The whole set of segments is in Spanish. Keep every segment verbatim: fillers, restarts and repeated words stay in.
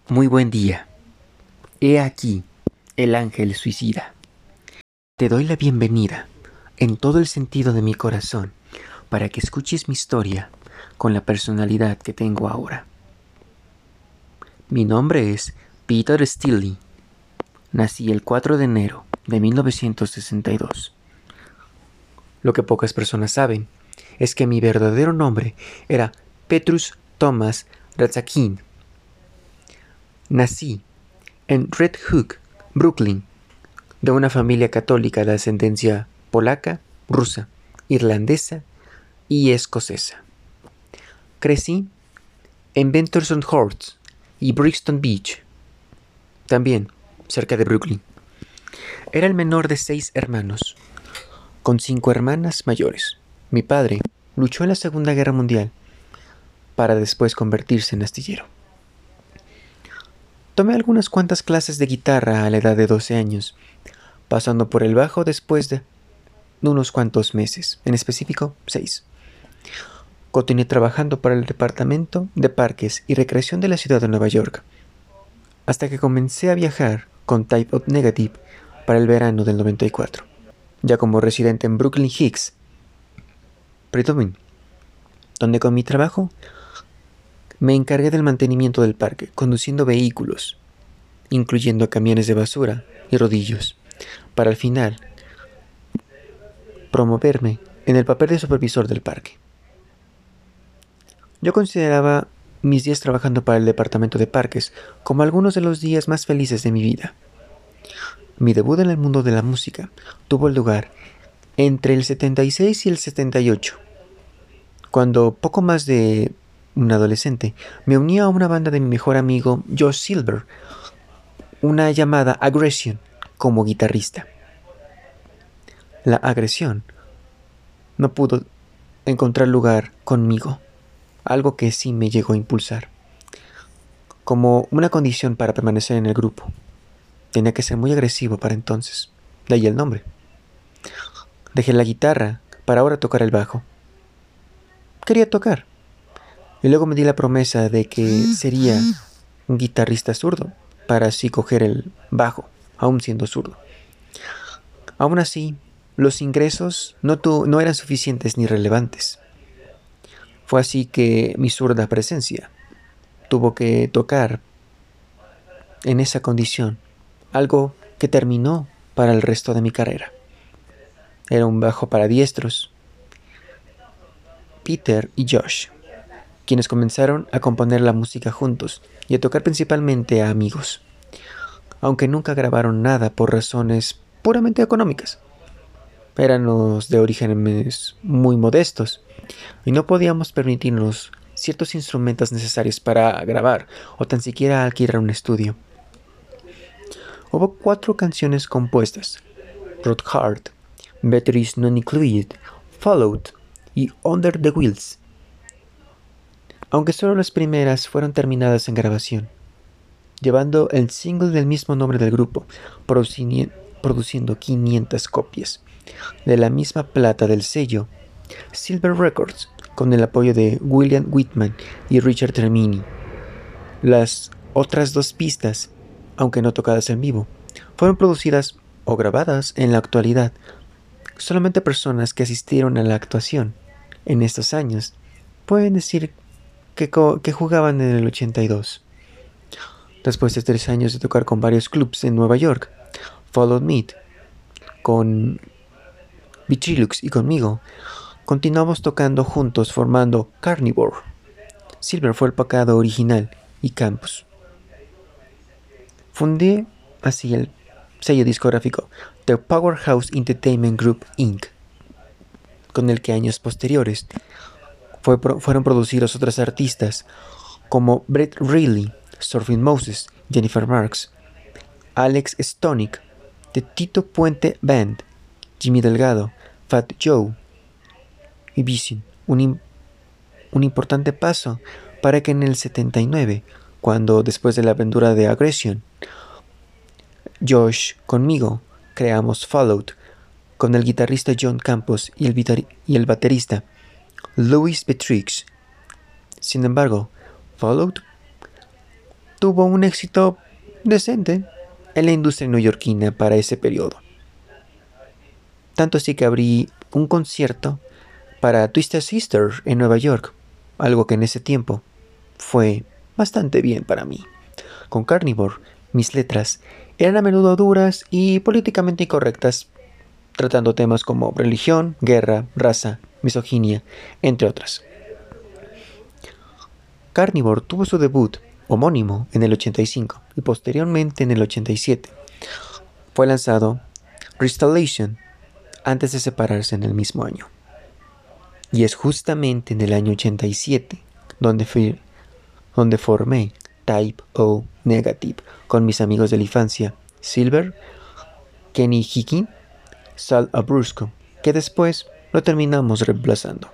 Muy buen día. He aquí el ángel suicida. Te doy la bienvenida en todo el sentido de mi corazón para que escuches mi historia con la personalidad que tengo ahora. Mi nombre es Peter Steele. Nací el cuatro de enero de mil novecientos sesenta y dos. Lo que pocas personas saben es que mi verdadero nombre era Petrus Thomas Ratzakin. Nací en Red Hook, Brooklyn, de una familia católica de ascendencia polaca, rusa, irlandesa y escocesa. Crecí en Benterson Horts y Brixton Beach, también cerca de Brooklyn. Era el menor de seis hermanos, con cinco hermanas mayores. Mi padre luchó en la Segunda Guerra Mundial para después convertirse en astillero. Tomé algunas cuantas clases de guitarra a la edad de doce años, pasando por el bajo después de unos cuantos meses, en específico seis. Continué trabajando para el Departamento de Parques y Recreación de la ciudad de Nueva York, hasta que comencé a viajar con Type O Negative para el verano del noventa y cuatro, ya como residente en Brooklyn Heights, Brooklyn, donde con mi trabajo me encargué del mantenimiento del parque, conduciendo vehículos, incluyendo camiones de basura y rodillos, para al final promoverme en el papel de supervisor del parque. Yo consideraba mis días trabajando para el departamento de parques como algunos de los días más felices de mi vida. Mi debut en el mundo de la música tuvo lugar entre el setenta y seis y el setenta y ocho, cuando poco más de un adolescente me uní a una banda de mi mejor amigo Josh Silver, una llamada Aggression, como guitarrista. La agresión no pudo encontrar lugar conmigo, algo que sí me llegó a impulsar, como una condición para permanecer en el grupo. Tenía que ser muy agresivo para entonces, de ahí el nombre. Dejé la guitarra para ahora tocar el bajo. Quería tocar, y luego me di la promesa de que sería un guitarrista zurdo, para así coger el bajo, aún siendo zurdo. Aún así, los ingresos no, tu- no eran suficientes ni relevantes. Fue así que mi zurda presencia tuvo que tocar en esa condición, algo que terminó para el resto de mi carrera. Era un bajo para diestros, Peter y Josh, quienes comenzaron a componer la música juntos y a tocar principalmente a amigos, aunque nunca grabaron nada por razones puramente económicas. Éramos de orígenes muy modestos y no podíamos permitirnos ciertos instrumentos necesarios para grabar o tan siquiera alquilar un estudio. Hubo cuatro canciones compuestas: Rock Hard, Batteries Non Included, Fallout y Under the Wheels, aunque solo las primeras fueron terminadas en grabación, llevando el single del mismo nombre del grupo, produci- produciendo quinientas copias de la misma plata del sello Silver Records, con el apoyo de William Whitman y Richard Termini. Las otras dos pistas, aunque no tocadas en vivo, fueron producidas o grabadas en la actualidad. Solamente personas que asistieron a la actuación en estos años pueden decir que, co- que jugaban en el ochenta y dos. Después de tres años de tocar con varios clubs en Nueva York, Follow Me, con Vitrilux y conmigo, continuamos tocando juntos formando Carnivore. Silver fue el pecado original y Campus. Fundé así el sello discográfico The Powerhouse Entertainment Group incorporated, con el que años posteriores fue, fueron producidos otros artistas como Brett Reilly, Surfing Moses, Jennifer Marks, Alex Stonick, The Tito Puente Band, Jimmy Delgado, Fat Joe y Vision. Un, un importante paso para que en el setenta y nueve, cuando después de la aventura de Aggression, Josh conmigo creamos Fallout con el guitarrista John Campos y el, y el baterista Louis Betrix. Sin embargo, Fallout tuvo un éxito decente en la industria neoyorquina para ese periodo. Tanto así que abrí un concierto para Twisted Sister en Nueva York, algo que en ese tiempo fue bastante bien para mí. Con Carnivore, mis letras eran a menudo duras y políticamente incorrectas, tratando temas como religión, guerra, raza, misoginia, entre otras. Carnivore tuvo su debut homónimo en el ochenta y cinco y posteriormente en el ochenta y siete. Fue lanzado Restylation antes de separarse en el mismo año. Y es justamente en el año ochenta y siete donde, fui, donde formé Type O Negative con mis amigos de la infancia, Silver, Kenny Higgin, Sal Abrusco, que después lo terminamos reemplazando.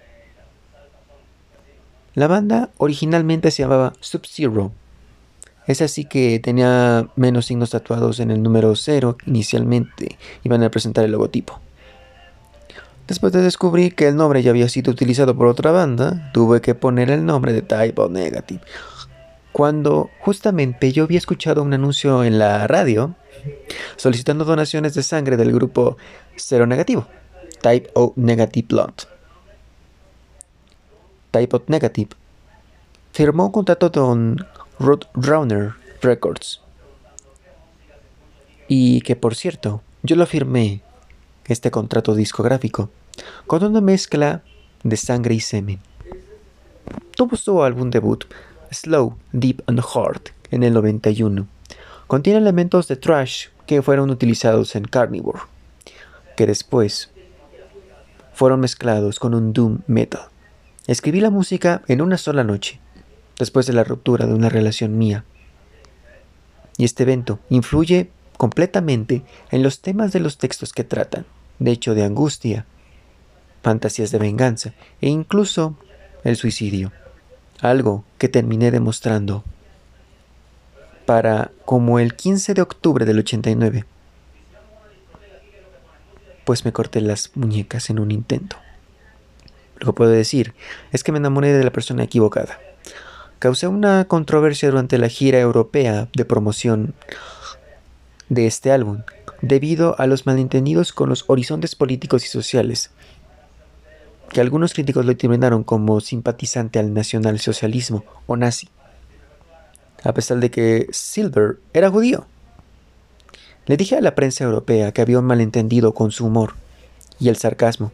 La banda originalmente se llamaba Sub-Zero. Es así que tenía menos signos tatuados en el número cero inicialmente iban a presentar el logotipo. Después de descubrir que el nombre ya había sido utilizado por otra banda, tuve que poner el nombre de Type O Negative. Cuando justamente yo había escuchado un anuncio en la radio solicitando donaciones de sangre del grupo Cero Negativo, Type O Negative Blood. Type O Negative firmó un contrato con Roadrunner Records. Y que por cierto, yo lo firmé, este contrato discográfico, con una mezcla de sangre y semen. Tuvo su álbum debut, Slow, Deep and Hard, en el noventa y uno. Contiene elementos de thrash que fueron utilizados en Carnivore, que después fueron mezclados con un doom metal. Escribí la música en una sola noche, después de la ruptura de una relación mía. Y este evento influye completamente en los temas de los textos que tratan, de hecho de angustia, fantasías de venganza e incluso el suicidio. Algo que terminé demostrando para como el quince de octubre del ochenta y nueve, pues me corté las muñecas en un intento. Lo que puedo decir es que me enamoré de la persona equivocada. Causé una controversia durante la gira europea de promoción de este álbum, debido a los malentendidos con los horizontes políticos y sociales, que algunos críticos lo determinaron como simpatizante al nacionalsocialismo o nazi, a pesar de que Silver era judío. Le dije a la prensa europea que había un malentendido con su humor y el sarcasmo,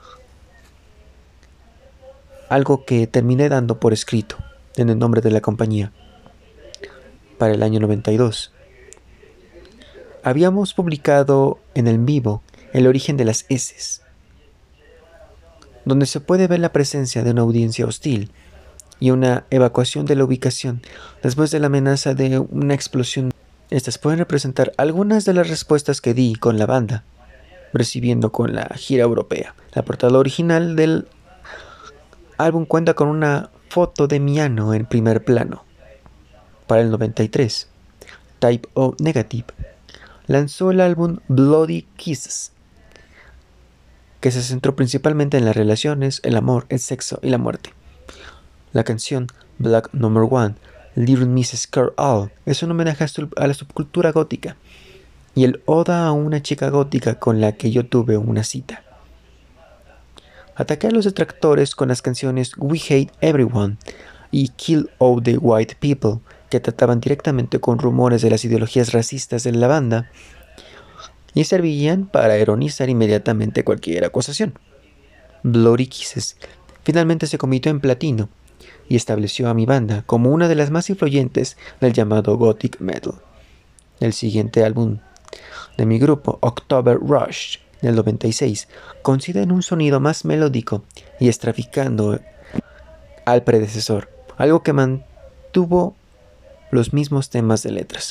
algo que terminé dando por escrito en el nombre de la compañía. Para el año noventa y dos, habíamos publicado en el vivo El origen de las heces, donde se puede ver la presencia de una audiencia hostil y una evacuación de la ubicación después de la amenaza de una explosión. Estas pueden representar algunas de las respuestas que di con la banda, recibiendo con la gira europea. La portada original del álbum cuenta con una foto de Miano en primer plano. Para el noventa y tres, Type O Negative lanzó el álbum Bloody Kisses, que se centró principalmente en las relaciones, el amor, el sexo y la muerte. La canción Black Number One, Little missus Carl es un homenaje a la subcultura gótica y el oda a una chica gótica con la que yo tuve una cita. Ataqué a los detractores con las canciones We Hate Everyone y Kill All the White People, que trataban directamente con rumores de las ideologías racistas de la banda y servían para ironizar inmediatamente cualquier acusación. Bloody Kisses finalmente se convirtió en platino y estableció a mi banda como una de las más influyentes del llamado Gothic Metal. El siguiente álbum de mi grupo, October Rush, del noventa y seis, coincide en un sonido más melódico y estratificando al predecesor, algo que mantuvo los mismos temas de letras.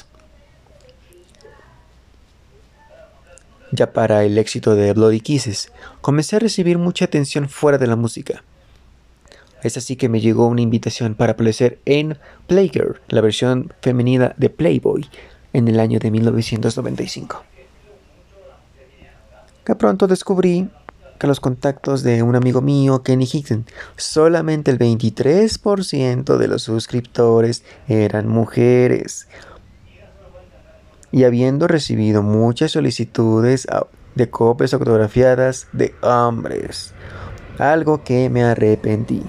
Ya para el éxito de Bloody Kisses, comencé a recibir mucha atención fuera de la música. Es así que me llegó una invitación para aparecer en Playgirl, la versión femenina de Playboy, en el año de mil novecientos noventa y cinco. Que pronto descubrí que los contactos de un amigo mío, Kenny Higgins. Solamente el veintitrés por ciento de los suscriptores eran mujeres. Y habiendo recibido muchas solicitudes de copias autografiadas de hombres, algo que me arrepentí.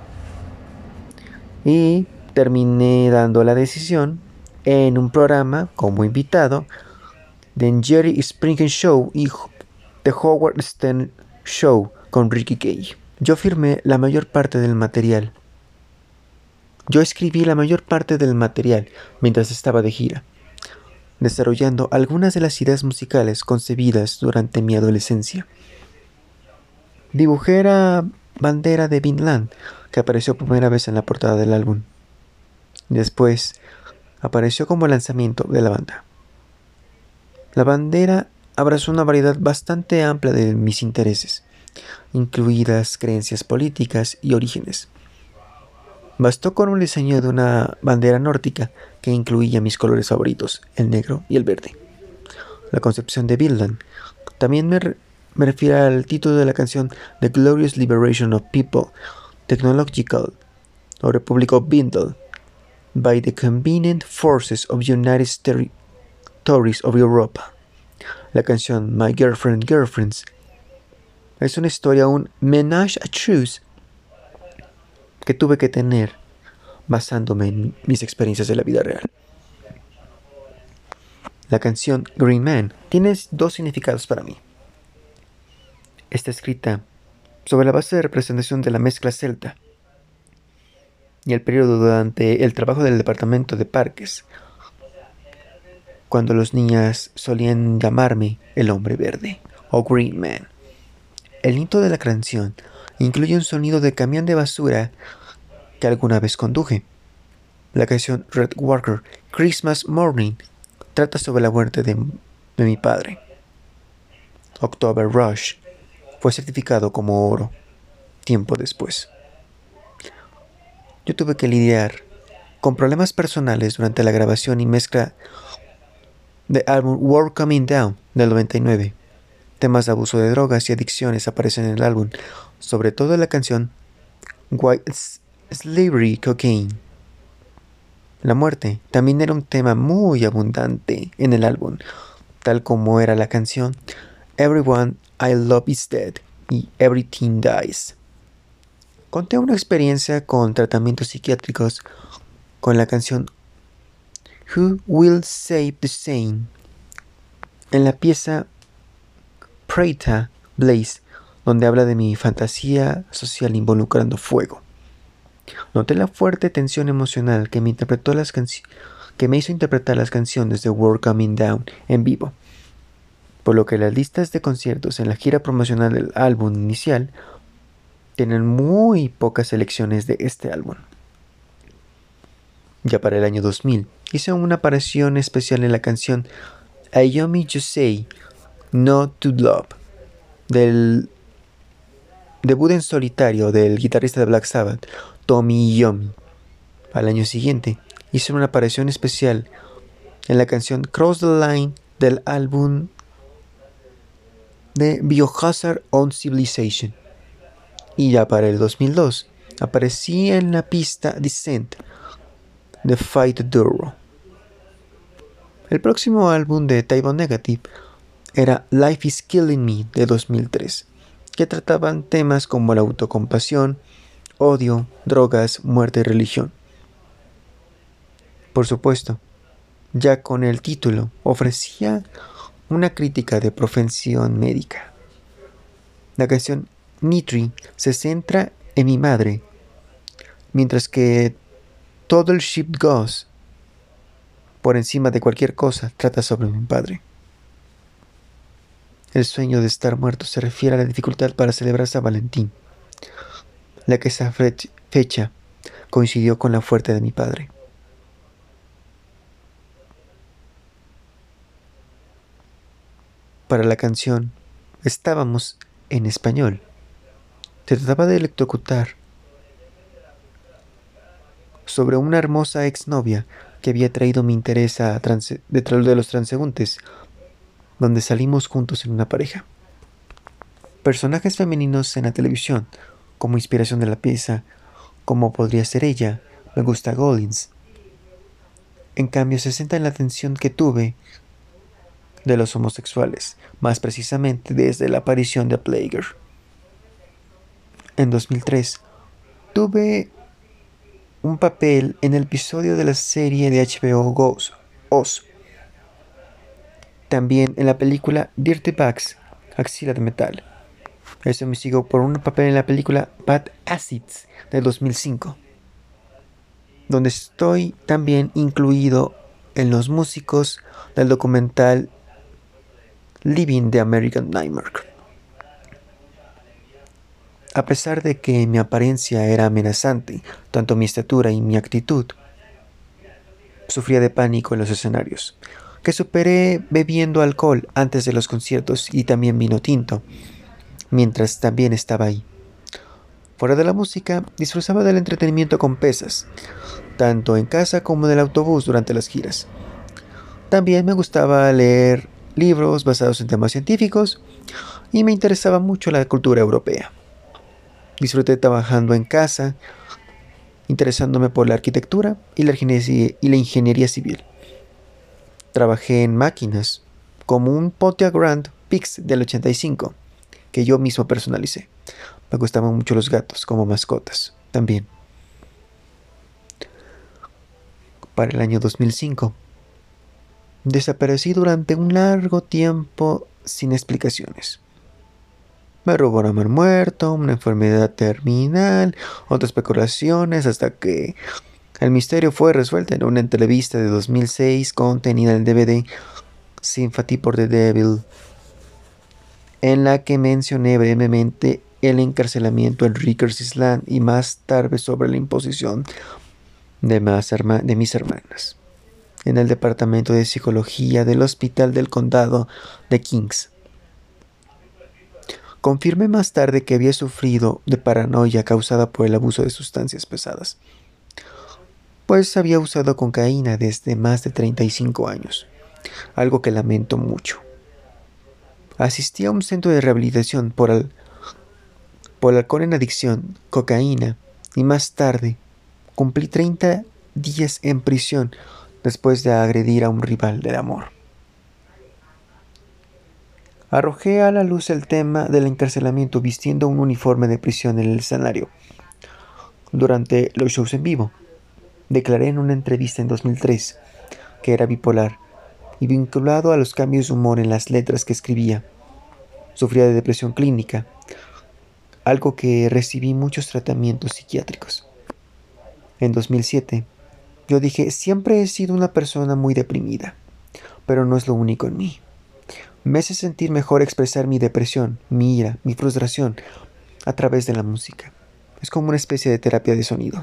Y terminé dando la decisión en un programa como invitado de Jerry Springer Show y The Howard Stern Show con Ricky Kay. Yo firmé la mayor parte del material. Yo escribí la mayor parte del material mientras estaba de gira, desarrollando algunas de las ideas musicales concebidas durante mi adolescencia. Dibujé la bandera de Vinland, que apareció por primera vez en la portada del álbum. Después, apareció como lanzamiento de la banda. La bandera abrazó una variedad bastante amplia de mis intereses, incluidas creencias políticas y orígenes. Bastó con un diseño de una bandera nórdica que incluía mis colores favoritos, el negro y el verde. La concepción de Vinland también me, re me refiere al título de la canción The Glorious Liberation of People, Technological or Republic of Vinland, by the Convenient Forces of United Territories of Europe. La canción My Girlfriend Girlfriends es una historia, un ménage à trois que tuve que tener basándome en mis experiencias de la vida real. La canción Green Man tiene dos significados para mí. Está escrita sobre la base de representación de la mezcla celta y el periodo durante el trabajo del departamento de parques, cuando los niñas solían llamarme el hombre verde o Green Man. El intro de la canción incluye un sonido de camión de basura que alguna vez conduje. La canción Red Walker Christmas Morning trata sobre la muerte de, de mi padre. October Rush fue certificado como oro tiempo después. Yo tuve que lidiar con problemas personales durante la grabación y mezcla del álbum World Coming Down del noventa y nueve. Temas de abuso de drogas y adicciones aparecen en el álbum, sobre todo en la canción White Slavery Cocaine. La muerte también era un tema muy abundante en el álbum, tal como era la canción Everyone I Love Is Dead y Everything Dies. Conté una experiencia con tratamientos psiquiátricos con la canción Who Will Save the Sane en la pieza Preta Blaze, donde habla de mi fantasía social involucrando fuego. Noté la fuerte tensión emocional que me, interpretó las que me hizo interpretar las canciones de World Coming Down en vivo, por lo que las listas de conciertos en la gira promocional del álbum inicial tienen muy pocas selecciones de este álbum. Ya para el año dos mil hice una aparición especial en la canción Ayomi Yosei No To Love, del debut en solitario del guitarrista de Black Sabbath, Tommy Iommi. Al año siguiente hice una aparición especial en la canción Cross the Line del álbum de Biohazard on Civilization. Y ya para el dos mil dos aparecí en la pista Descent de Fight Duro. El próximo álbum de Type O Negative era Life Is Killing Me de dos mil tres, que trataban temas como la autocompasión, odio, drogas, muerte y religión. Por supuesto, ya con el título ofrecía una crítica de profesión médica. La canción Nitri se centra en mi madre, mientras que todo el Ship Goes, por encima de cualquier cosa, trata sobre mi padre. El sueño de estar muerto se refiere a la dificultad para celebrar San Valentín, la que esa fecha coincidió con la muerte de mi padre. Para la canción Estábamos en español. Se trataba de electrocutar sobre una hermosa exnovia que había traído mi interés a trans detrás de los transeúntes, donde salimos juntos en una pareja. personajes femeninos en la televisión, como inspiración de la pieza, como podría ser ella, me gusta Gollins. En cambio, se centra en la atención que tuve de los homosexuales, más precisamente desde la aparición de Player. En dos mil tres, tuve un papel en el episodio de la serie de H B O Ghost, Oz. También en la película Dirty Bags, Axila de Metal. Eso me sigo por un papel en la película Bad Acids de dos mil cinco, donde estoy también incluido en los músicos del documental Living the American Nightmare. A pesar de que mi apariencia era amenazante, tanto mi estatura y mi actitud, sufría de pánico en los escenarios, que superé bebiendo alcohol antes de los conciertos y también vino tinto, mientras también estaba ahí. Fuera de la música, disfrutaba del entretenimiento con pesas, tanto en casa como en el autobús durante las giras. También me gustaba leer libros basados en temas científicos y me interesaba mucho la cultura europea. Disfruté trabajando en casa, interesándome por la arquitectura y la ingeniería, y la ingeniería civil. Trabajé en máquinas, como un Pontiac Grand Pix del ochenta y cinco, que yo mismo personalicé. Me gustaban mucho los gatos como mascotas, también. Para el año dos mil cinco, desaparecí durante un largo tiempo sin explicaciones. Me robó a haber muerto, una enfermedad terminal, otras especulaciones, hasta que el misterio fue resuelto en una entrevista de dos mil seis contenida en el D V D Sympathy for the Devil, en la que mencioné brevemente el encarcelamiento en Rikers Island y más tarde sobre la imposición de, más herma- de mis hermanas en el departamento de psicología del Hospital del Condado de Kings. Confirmé más tarde que había sufrido de paranoia causada por el abuso de sustancias pesadas, pues había usado cocaína desde más de treinta y cinco años, algo que lamento mucho. Asistí a un centro de rehabilitación por, al, por alcohol en adicción, cocaína, y más tarde cumplí treinta días en prisión después de agredir a un rival del amor. Arrojé a la luz el tema del encarcelamiento vistiendo un uniforme de prisión en el escenario durante los shows en vivo. Declaré en una entrevista en dos mil tres que era bipolar y vinculado a los cambios de humor en las letras que escribía. Sufría de depresión clínica, algo que recibí muchos tratamientos psiquiátricos. En dos mil siete, yo dije, siempre he sido una persona muy deprimida, pero no es lo único en mí. Me hace sentir mejor expresar mi depresión, mi ira, mi frustración a través de la música. Es como una especie de terapia de sonido.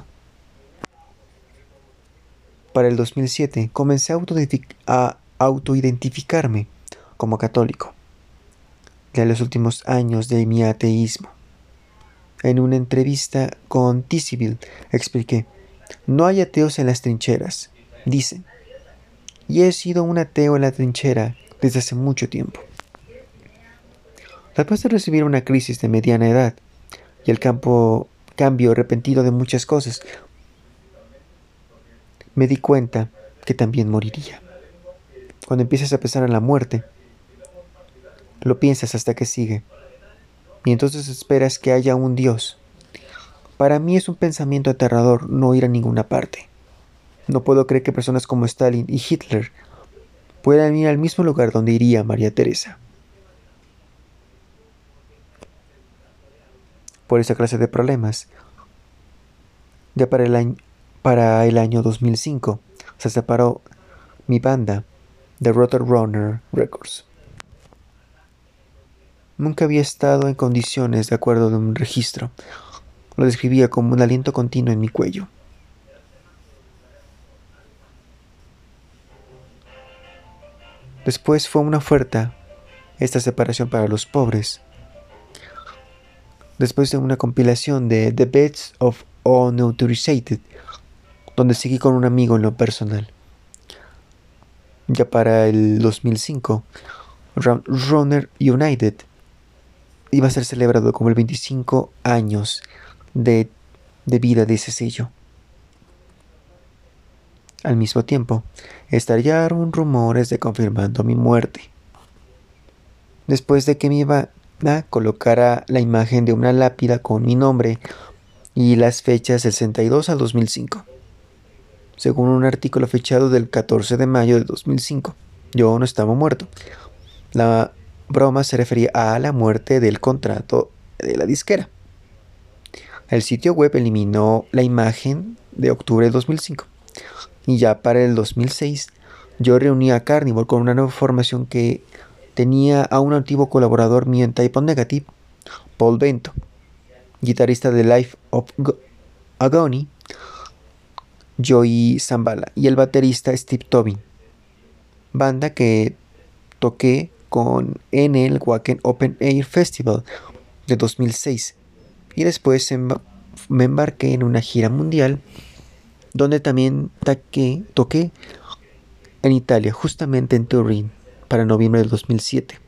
Para el dos mil siete comencé a, a autoidentificarme como católico. De los últimos años de mi ateísmo. En una entrevista con Tisiville expliqué, no hay ateos en las trincheras, dicen, y he sido un ateo en la trinchera desde hace mucho tiempo. Después de recibir una crisis de mediana edad y el campo, cambio repentino de muchas cosas, me di cuenta que también moriría. Cuando empiezas a pensar en la muerte, lo piensas hasta que sigue, y entonces esperas que haya un Dios. Para mí es un pensamiento aterrador no ir a ninguna parte. No puedo creer que personas como Stalin y Hitler puedan ir al mismo lugar donde iría María Teresa. Por esa clase de problemas, ya para el año, para el año dos mil cinco se separó mi banda de Roadrunner Records. Nunca había estado en condiciones de acuerdo de un registro. Lo describía como un aliento continuo en mi cuello. Después fue una oferta esta separación para los pobres. Después de una compilación de The Beds of Unauthorizated, donde seguí con un amigo en lo personal. Ya para el dos mil cinco, Runner United iba a ser celebrado como el veinticinco años de, de vida de ese sello. Al mismo tiempo, estallaron rumores de confirmando mi muerte. Después de que mi banda colocara la imagen de una lápida con mi nombre y las fechas del sesenta y dos al dos mil cinco. Según un artículo fechado del catorce de mayo de dos mil cinco, yo no estaba muerto. La broma se refería a la muerte del contrato de la disquera. El sitio web eliminó la imagen de octubre de dos mil cinco. Y ya para el dos mil seis, yo reuní a Carnivore con una nueva formación que tenía a un antiguo colaborador mío en Type O Negative, Paul Bento, guitarrista de Life of Agony, Joey Zambala, y el baterista Steve Tobin, banda que toqué con en el Wacken Open Air Festival de dos mil seis, y después me embarqué en una gira mundial donde también taqué, toqué en Italia, justamente en Turín, para noviembre del dos mil siete.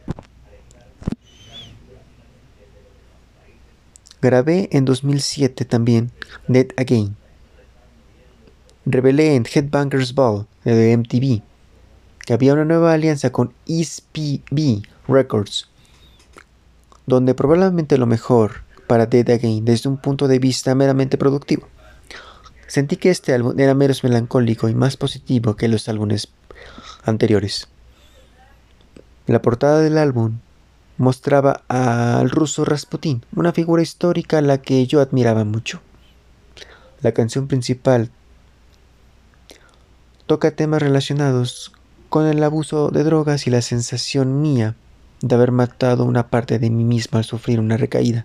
Grabé en dos mil siete también Dead Again. Revelé en Headbangers Ball de M T V que había una nueva alianza con E S P B Records, donde probablemente lo mejor para Dead Again desde un punto de vista meramente productivo. Sentí que este álbum era menos melancólico y más positivo que los álbumes anteriores. La portada del álbum mostraba al ruso Rasputin, una figura histórica a la que yo admiraba mucho. La canción principal toca temas relacionados con el abuso de drogas y la sensación mía de haber matado una parte de mí misma al sufrir una recaída.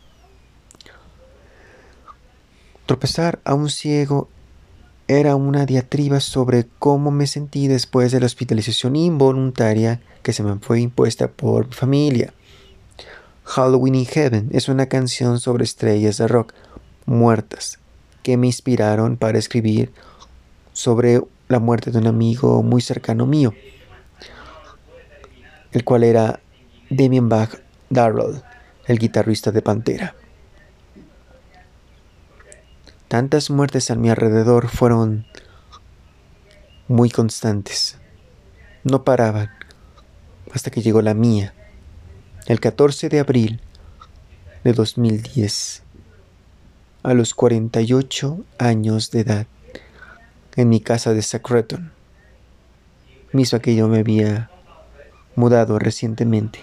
Tropezar a un ciego era una diatriba sobre cómo me sentí después de la hospitalización involuntaria que se me fue impuesta por mi familia. Halloween in Heaven es una canción sobre estrellas de rock muertas que me inspiraron para escribir sobre la muerte de un amigo muy cercano mío, el cual era Damien Bach Darrell, el guitarrista de Pantera. Tantas muertes a mi alrededor fueron muy constantes. No paraban hasta que llegó la mía, el catorce de abril de dos mil diez, a los cuarenta y ocho años de edad, en mi casa de Sacreton, misma que yo me había mudado recientemente.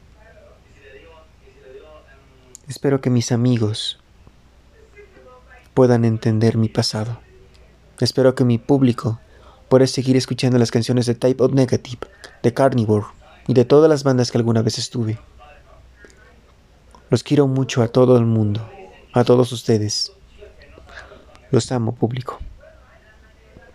Espero que mis amigos puedan entender mi pasado. Espero que mi público pueda seguir escuchando las canciones de Type O Negative, de Carnivore y de todas las bandas que alguna vez estuve. Los quiero mucho a todo el mundo, a todos ustedes. Los amo, público.